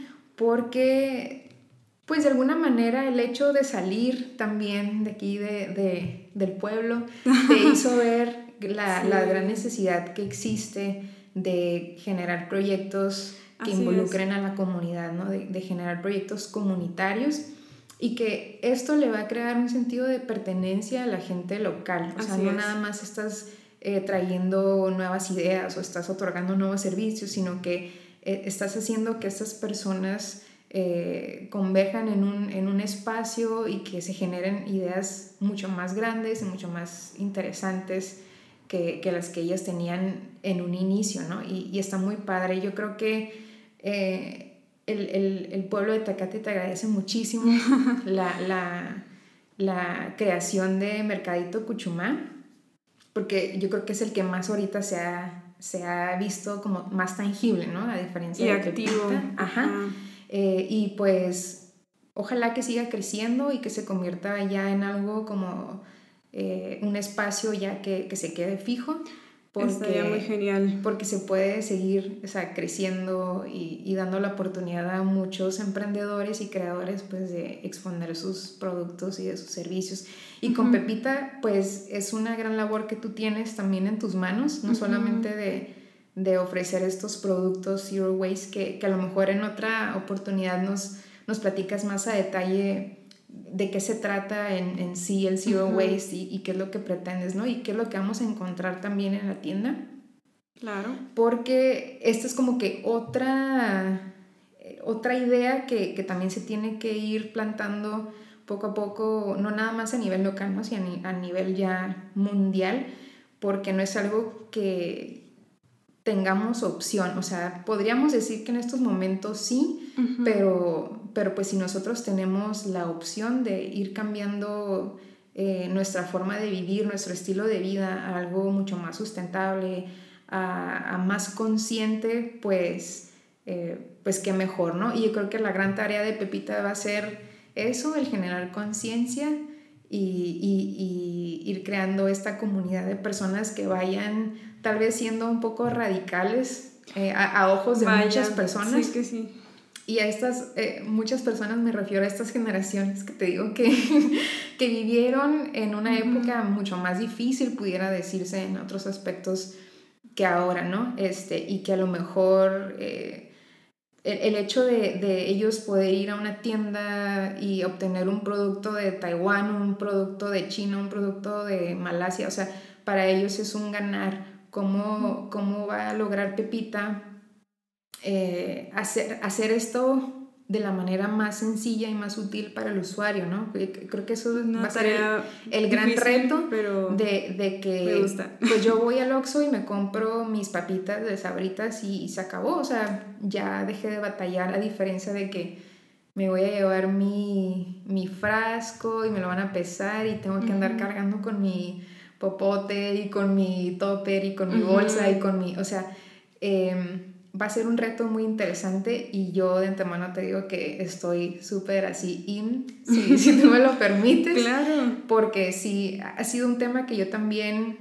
porque, pues de alguna manera el hecho de salir también de aquí, de, de, del pueblo, te hizo ver la, sí. la gran necesidad que existe de generar proyectos que Así involucren es. a la comunidad, ¿no? De, de generar proyectos comunitarios y que esto le va a crear un sentido de pertenencia a la gente local. O Así sea, no es. nada más estás eh, trayendo nuevas ideas o estás otorgando nuevos servicios, sino que eh, estás haciendo que estas personas eh, converjan en un, en un espacio y que se generen ideas mucho más grandes y mucho más interesantes que, que las que ellas tenían en un inicio, ¿no? Y, y está muy padre. Yo creo que eh, el, el, el pueblo de Tecate te agradece muchísimo la, la, la creación de Mercadito Cuchumá, porque yo creo que es el que más ahorita se ha, se ha visto como más tangible, ¿no? A diferencia y de activo. Pepita. Ajá. Ajá. Eh, y pues ojalá que siga creciendo y que se convierta ya en algo como eh, un espacio ya que, que se quede fijo. Porque, Estaría muy genial. Porque se puede seguir, o sea, creciendo y, y dando la oportunidad a muchos emprendedores y creadores pues de exponer sus productos y de sus servicios. Y uh-huh. con Pepita pues es una gran labor que tú tienes también en tus manos, no uh-huh. solamente de, de ofrecer estos productos Zero Waste que, que a lo mejor en otra oportunidad nos, nos platicas más a detalle de qué se trata en, en sí el Zero uh-huh. Waste y, y qué es lo que pretendes, ¿no? Y qué es lo que vamos a encontrar también en la tienda. Claro. Porque esta es como que otra, otra idea que, que también se tiene que ir plantando poco a poco, no nada más a nivel local, ¿no? Sino a nivel ya mundial, porque no es algo que tengamos opción. O sea, podríamos decir que en estos momentos sí, uh-huh. pero, pero pues si nosotros tenemos la opción de ir cambiando eh, nuestra forma de vivir, nuestro estilo de vida a algo mucho más sustentable, a, a más consciente, pues, eh, pues qué mejor, ¿no? Y yo creo que la gran tarea de Pepita va a ser eso, el generar conciencia y, y, y ir creando esta comunidad de personas que vayan tal vez siendo un poco radicales eh, a, a ojos de Vaya, muchas personas. Sí que sí. Y a estas, eh, muchas personas me refiero a estas generaciones que te digo que, que vivieron en una uh-huh. época mucho más difícil, pudiera decirse en otros aspectos que ahora, ¿no? Este, y que a lo mejor eh, el, el hecho de, de ellos poder ir a una tienda y obtener un producto de Taiwán, un producto de China, un producto de Malasia, o sea, para ellos es un ganar. ¿Cómo, uh-huh. cómo va a lograr Pepita eh, hacer, hacer esto de la manera más sencilla y más útil para el usuario, ¿no? Creo que eso Una va a ser el, el gran difícil, reto pero de, de que me gusta. Pues yo voy al Oxxo y me compro mis papitas de Sabritas y, y se acabó. O sea, ya dejé de batallar, a diferencia de que me voy a llevar mi, mi frasco y me lo van a pesar y tengo que uh-huh. andar cargando con mi popote y con mi topper y con mi uh-huh. bolsa y con mi... O sea, eh, va a ser un reto muy interesante y yo de antemano te digo que estoy súper así in, si, si tú me lo permites. Claro. Porque sí, ha sido un tema que yo también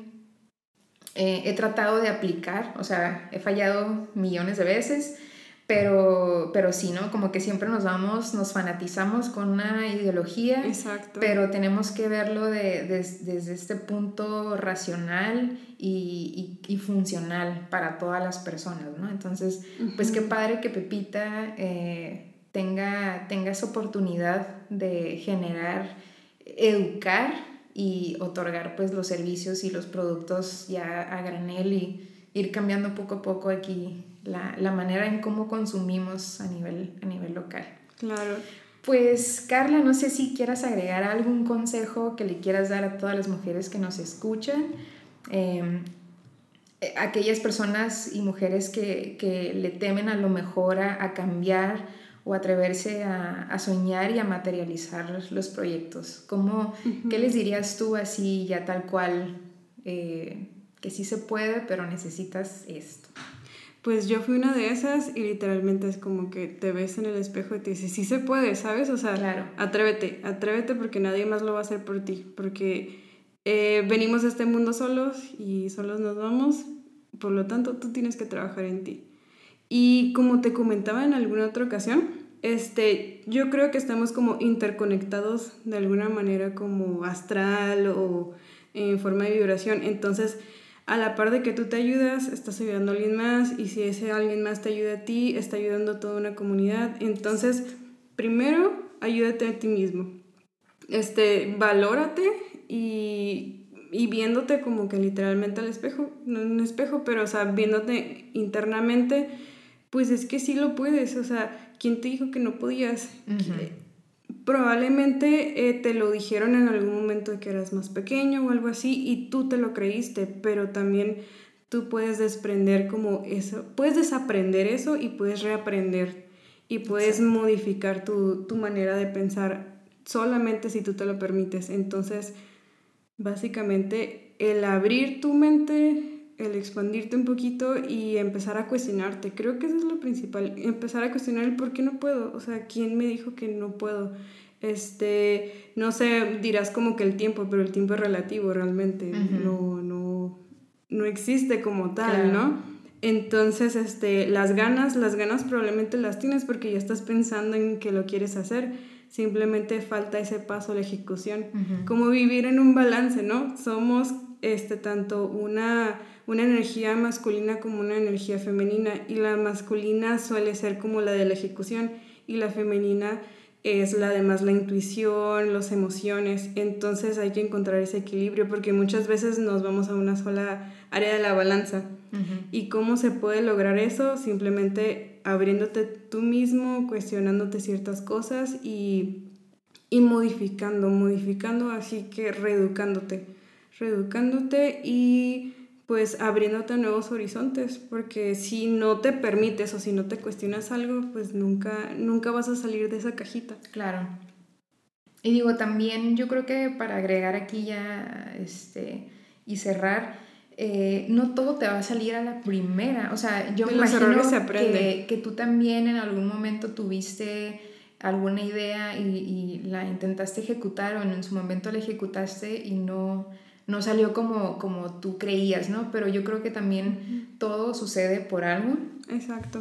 eh, he tratado de aplicar, o sea, he fallado millones de veces, pero, pero sí, ¿no? Como que siempre nos vamos, nos fanatizamos con una ideología. Exacto. Pero tenemos que verlo de, de, desde este punto racional y, y, y funcional para todas las personas, ¿no? Entonces, uh-huh. pues qué padre que Pepita eh, tenga, tenga esa oportunidad de generar, educar y otorgar pues los servicios y los productos ya a granel y ir cambiando poco a poco aquí la, la manera en cómo consumimos a nivel, a nivel local. Claro. Pues Carla, no sé si quieras agregar algún consejo que le quieras dar a todas las mujeres que nos escuchan, eh, aquellas personas y mujeres que, que le temen a lo mejor a, a cambiar o atreverse a, a soñar y a materializar los proyectos. ¿Cómo, uh-huh. ¿Qué les dirías tú así ya tal cual, eh, que sí se puede, pero necesitas esto? Pues yo fui una de esas y literalmente es como que te ves en el espejo y te dices, sí se puede, ¿sabes? O sea, claro. atrévete, atrévete porque nadie más lo va a hacer por ti, porque eh, venimos a este mundo solos y solos nos vamos, por lo tanto tú tienes que trabajar en ti. Y como te comentaba en alguna otra ocasión, este, yo creo que estamos como interconectados de alguna manera como astral o en forma de vibración, entonces a la par de que tú te ayudas, estás ayudando a alguien más, y si ese alguien más te ayuda a ti, está ayudando a toda una comunidad. Entonces, primero, ayúdate a ti mismo. Este, valórate y, y viéndote como que literalmente al espejo, no en un espejo, pero o sea, viéndote internamente, pues es que sí lo puedes. O sea, ¿quién te dijo que no podías? Uh-huh. Probablemente eh, te lo dijeron en algún momento de que eras más pequeño o algo así y tú te lo creíste, pero también tú puedes desprender como eso, puedes desaprender eso y puedes reaprender y puedes Exacto. modificar tu, tu manera de pensar solamente si tú te lo permites. Entonces, básicamente, el abrir tu mente, el expandirte un poquito y empezar a cuestionarte. Creo que eso es lo principal, empezar a cuestionar el por qué no puedo. O sea, ¿quién me dijo que no puedo? Este, no sé, dirás como que el tiempo, pero el tiempo es relativo realmente. Uh-huh. No, no, no existe como tal, claro. ¿no? Entonces, este, las ganas, las ganas probablemente las tienes porque ya estás pensando en que lo quieres hacer. Simplemente falta ese paso a la ejecución. Uh-huh. Como vivir en un balance, ¿no? Somos este, tanto una, una energía masculina como una energía femenina, y la masculina suele ser como la de la ejecución y la femenina es la de más la intuición, las emociones. Entonces hay que encontrar ese equilibrio porque muchas veces nos vamos a una sola área de la balanza. Uh-huh. ¿Y cómo se puede lograr eso? Simplemente abriéndote tú mismo, cuestionándote ciertas cosas y, y modificando, modificando, así que reeducándote, reeducándote y pues abriéndote a nuevos horizontes, porque si no te permites o si no te cuestionas algo, pues nunca, nunca vas a salir de esa cajita. Claro. Y digo, también yo creo que para agregar aquí ya este, y cerrar, eh, no todo te va a salir a la primera. O sea, yo de me los imagino errores se aprende. Que, que tú también en algún momento tuviste alguna idea y, y la intentaste ejecutar, o en su momento la ejecutaste y no... no salió como, como tú creías, ¿no? Pero yo creo que también todo sucede por algo. Exacto.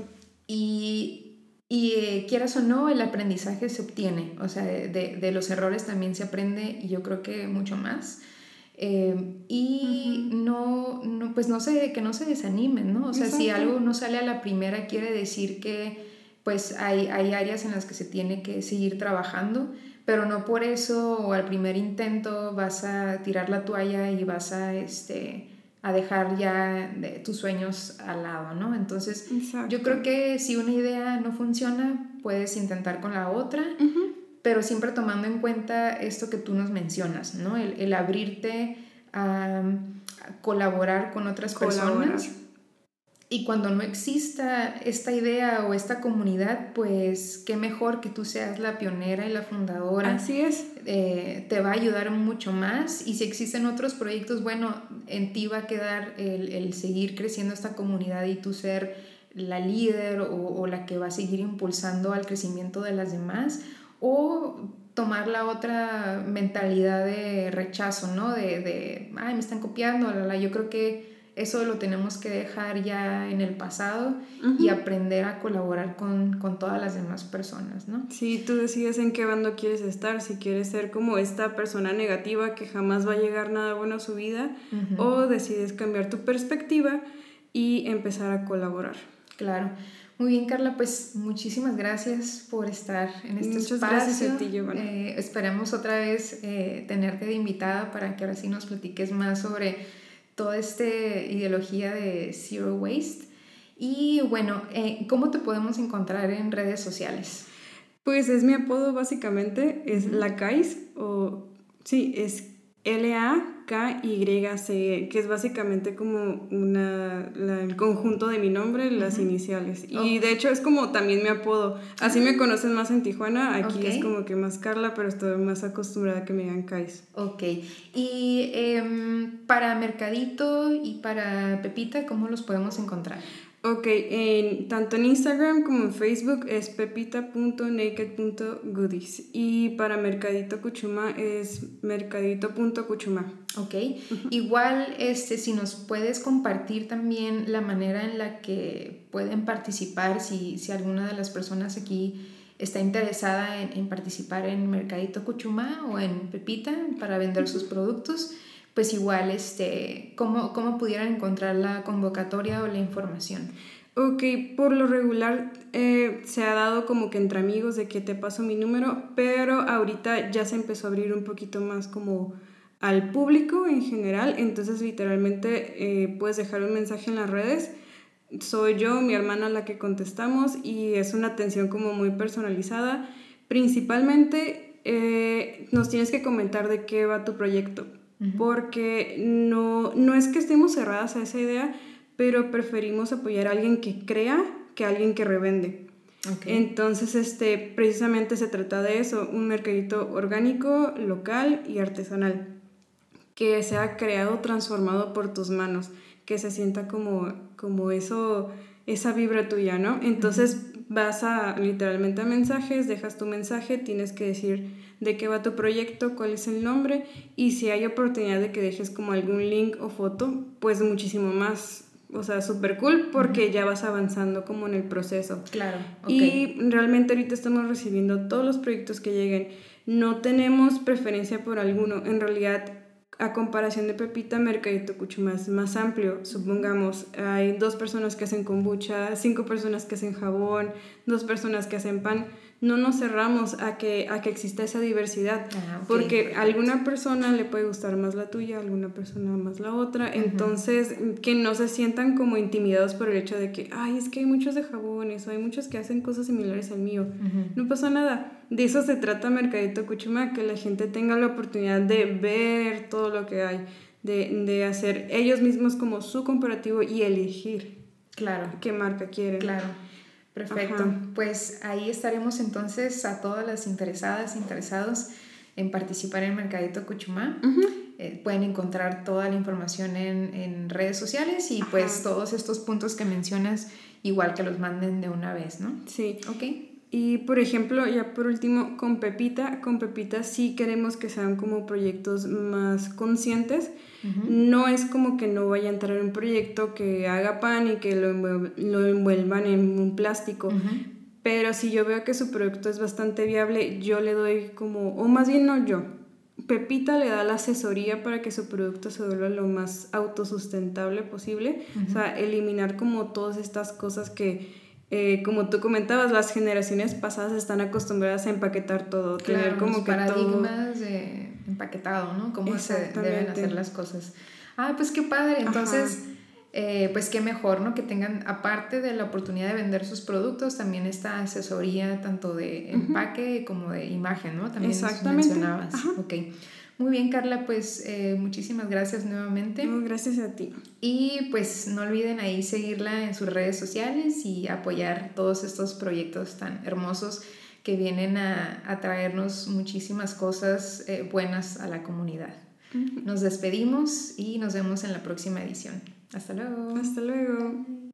Y, y eh, quieras o no, el aprendizaje se obtiene. O sea, de, de los errores también se aprende, y yo creo que mucho más. Eh, y uh-huh. no, no, pues no sé, que no se desanimen, ¿no? O sea, Exacto. Si algo no sale a la primera, quiere decir que pues hay, hay áreas en las que se tiene que seguir trabajando, pero no por eso o al primer intento vas a tirar la toalla y vas a, este, a dejar ya de tus sueños al lado, ¿no? Entonces, Exacto. Yo creo que si una idea no funciona, puedes intentar con la otra, uh-huh. pero siempre tomando en cuenta esto que tú nos mencionas, ¿no? El, el abrirte a, a colaborar con otras Colaborar. personas. Y cuando no exista esta idea o esta comunidad, pues qué mejor que tú seas la pionera y la fundadora. Así es. Eh, te va a ayudar mucho más. Y si existen otros proyectos, bueno, en ti va a quedar el, el seguir creciendo esta comunidad y tú ser la líder o, o la que va a seguir impulsando al crecimiento de las demás. O tomar la otra mentalidad de rechazo, ¿no? De, de ay, me están copiando, la, la. Yo creo que eso lo tenemos que dejar ya en el pasado uh-huh. y aprender a colaborar con, con todas las demás personas, ¿no? Sí, tú decides en qué bando quieres estar, si quieres ser como esta persona negativa que jamás va a llegar nada bueno a su vida, uh-huh. o decides cambiar tu perspectiva y empezar a colaborar. Claro. Muy bien, Carla, pues muchísimas gracias por estar en este Muchas espacio. Gracias a ti, Giovanna. Eh, esperemos otra vez eh, tenerte de invitada para que ahora sí nos platiques más sobre toda esta ideología de Zero Waste. Y bueno, eh, ¿cómo te podemos encontrar en redes sociales? Pues es mi apodo básicamente, es uh-huh. Lacais, o sí, es L A K Y C, que es básicamente como una, la, el conjunto de mi nombre, uh-huh. las iniciales. Y okay. de hecho es como también mi apodo. Así uh-huh. me conocen más en Tijuana, aquí okay. es como que más Carla, pero estoy más acostumbrada a que me digan Kais. Ok. Y eh, para Mercadito y para Pepita, ¿cómo los podemos encontrar? Ok, en, tanto en Instagram como en Facebook es pepita punto naked punto goodies y para Mercadito Cuchumá es mercadito punto cuchumá. Ok, uh-huh. Igual este, si nos puedes compartir también la manera en la que pueden participar, si, si alguna de las personas aquí está interesada en, en participar en Mercadito Cuchumá o en Pepita para vender uh-huh. sus productos, pues igual, este, ¿cómo, cómo pudieran encontrar la convocatoria o la información? Ok, por lo regular eh, se ha dado como que entre amigos de que te paso mi número, pero ahorita ya se empezó a abrir un poquito más como al público en general, entonces literalmente eh, puedes dejar un mensaje en las redes. Soy yo, mi hermana la que contestamos y es una atención como muy personalizada. Principalmente eh, nos tienes que comentar de qué va tu proyecto. Porque no, no es que estemos cerradas a esa idea, pero preferimos apoyar a alguien que crea que a alguien que revende. Okay. Entonces, este, precisamente se trata de eso, un mercadito orgánico, local y artesanal, que sea creado, transformado por tus manos, que se sienta como, como eso, esa vibra tuya, ¿no? Entonces uh-huh. vas a literalmente a mensajes, dejas tu mensaje, tienes que decir de qué va tu proyecto, cuál es el nombre y si hay oportunidad de que dejes como algún link o foto, pues muchísimo más, o sea, súper cool porque uh-huh. ya vas avanzando como en el proceso. Claro, okay. Y realmente ahorita estamos recibiendo todos los proyectos que lleguen, no tenemos preferencia por alguno, en realidad a comparación de Pepita, Mercadito Cuchumá es más amplio. Supongamos, hay dos personas que hacen kombucha, cinco personas que hacen jabón, dos personas que hacen pan. No nos cerramos a que, a que exista esa diversidad, ah, okay, porque perfecto. A alguna persona le puede gustar más la tuya, a alguna persona más la otra. Uh-huh. Entonces, que no se sientan como intimidados por el hecho de que, ay, es que hay muchos de jabones o hay muchos que hacen cosas similares al mío. Uh-huh. No pasa nada. De eso se trata Mercadito Cuchumá, que la gente tenga la oportunidad de ver todo lo que hay, de, de hacer ellos mismos como su comparativo y elegir claro. qué marca quieren. Claro, perfecto. Ajá. Pues ahí estaremos entonces a todas las interesadas, interesados en participar en Mercadito Cuchumá. Uh-huh. Eh, pueden encontrar toda la información en, en redes sociales y Ajá. pues todos estos puntos que mencionas, igual que los manden de una vez, ¿no? Sí. Ok. Y por ejemplo, ya por último, con Pepita, con Pepita sí queremos que sean como proyectos más conscientes. Uh-huh. No es como que no vaya a entrar un proyecto que haga pan y que lo, envuel- lo envuelvan en un plástico. Uh-huh. Pero si yo veo que su producto es bastante viable, yo le doy como, o más bien no yo, Pepita le da la asesoría para que su producto se vuelva lo más autosustentable posible. Uh-huh. O sea, eliminar como todas estas cosas que... Eh, como tú comentabas, las generaciones pasadas están acostumbradas a empaquetar todo, claro, tener como los que paradigmas todo... de empaquetado, ¿no? Cómo se deben hacer las cosas. Ah, pues qué padre. Entonces, eh, pues qué mejor, ¿no? Que tengan, aparte de la oportunidad de vender sus productos, también esta asesoría tanto de empaque uh-huh. como de imagen, ¿no? También mencionabas. Ajá. Ok. Muy bien, Carla, pues eh, muchísimas gracias nuevamente. No, gracias a ti. Y pues no olviden ahí seguirla en sus redes sociales y apoyar todos estos proyectos tan hermosos que vienen a, a traernos muchísimas cosas eh, buenas a la comunidad. Uh-huh. Nos despedimos y nos vemos en la próxima edición. Hasta luego. Hasta luego.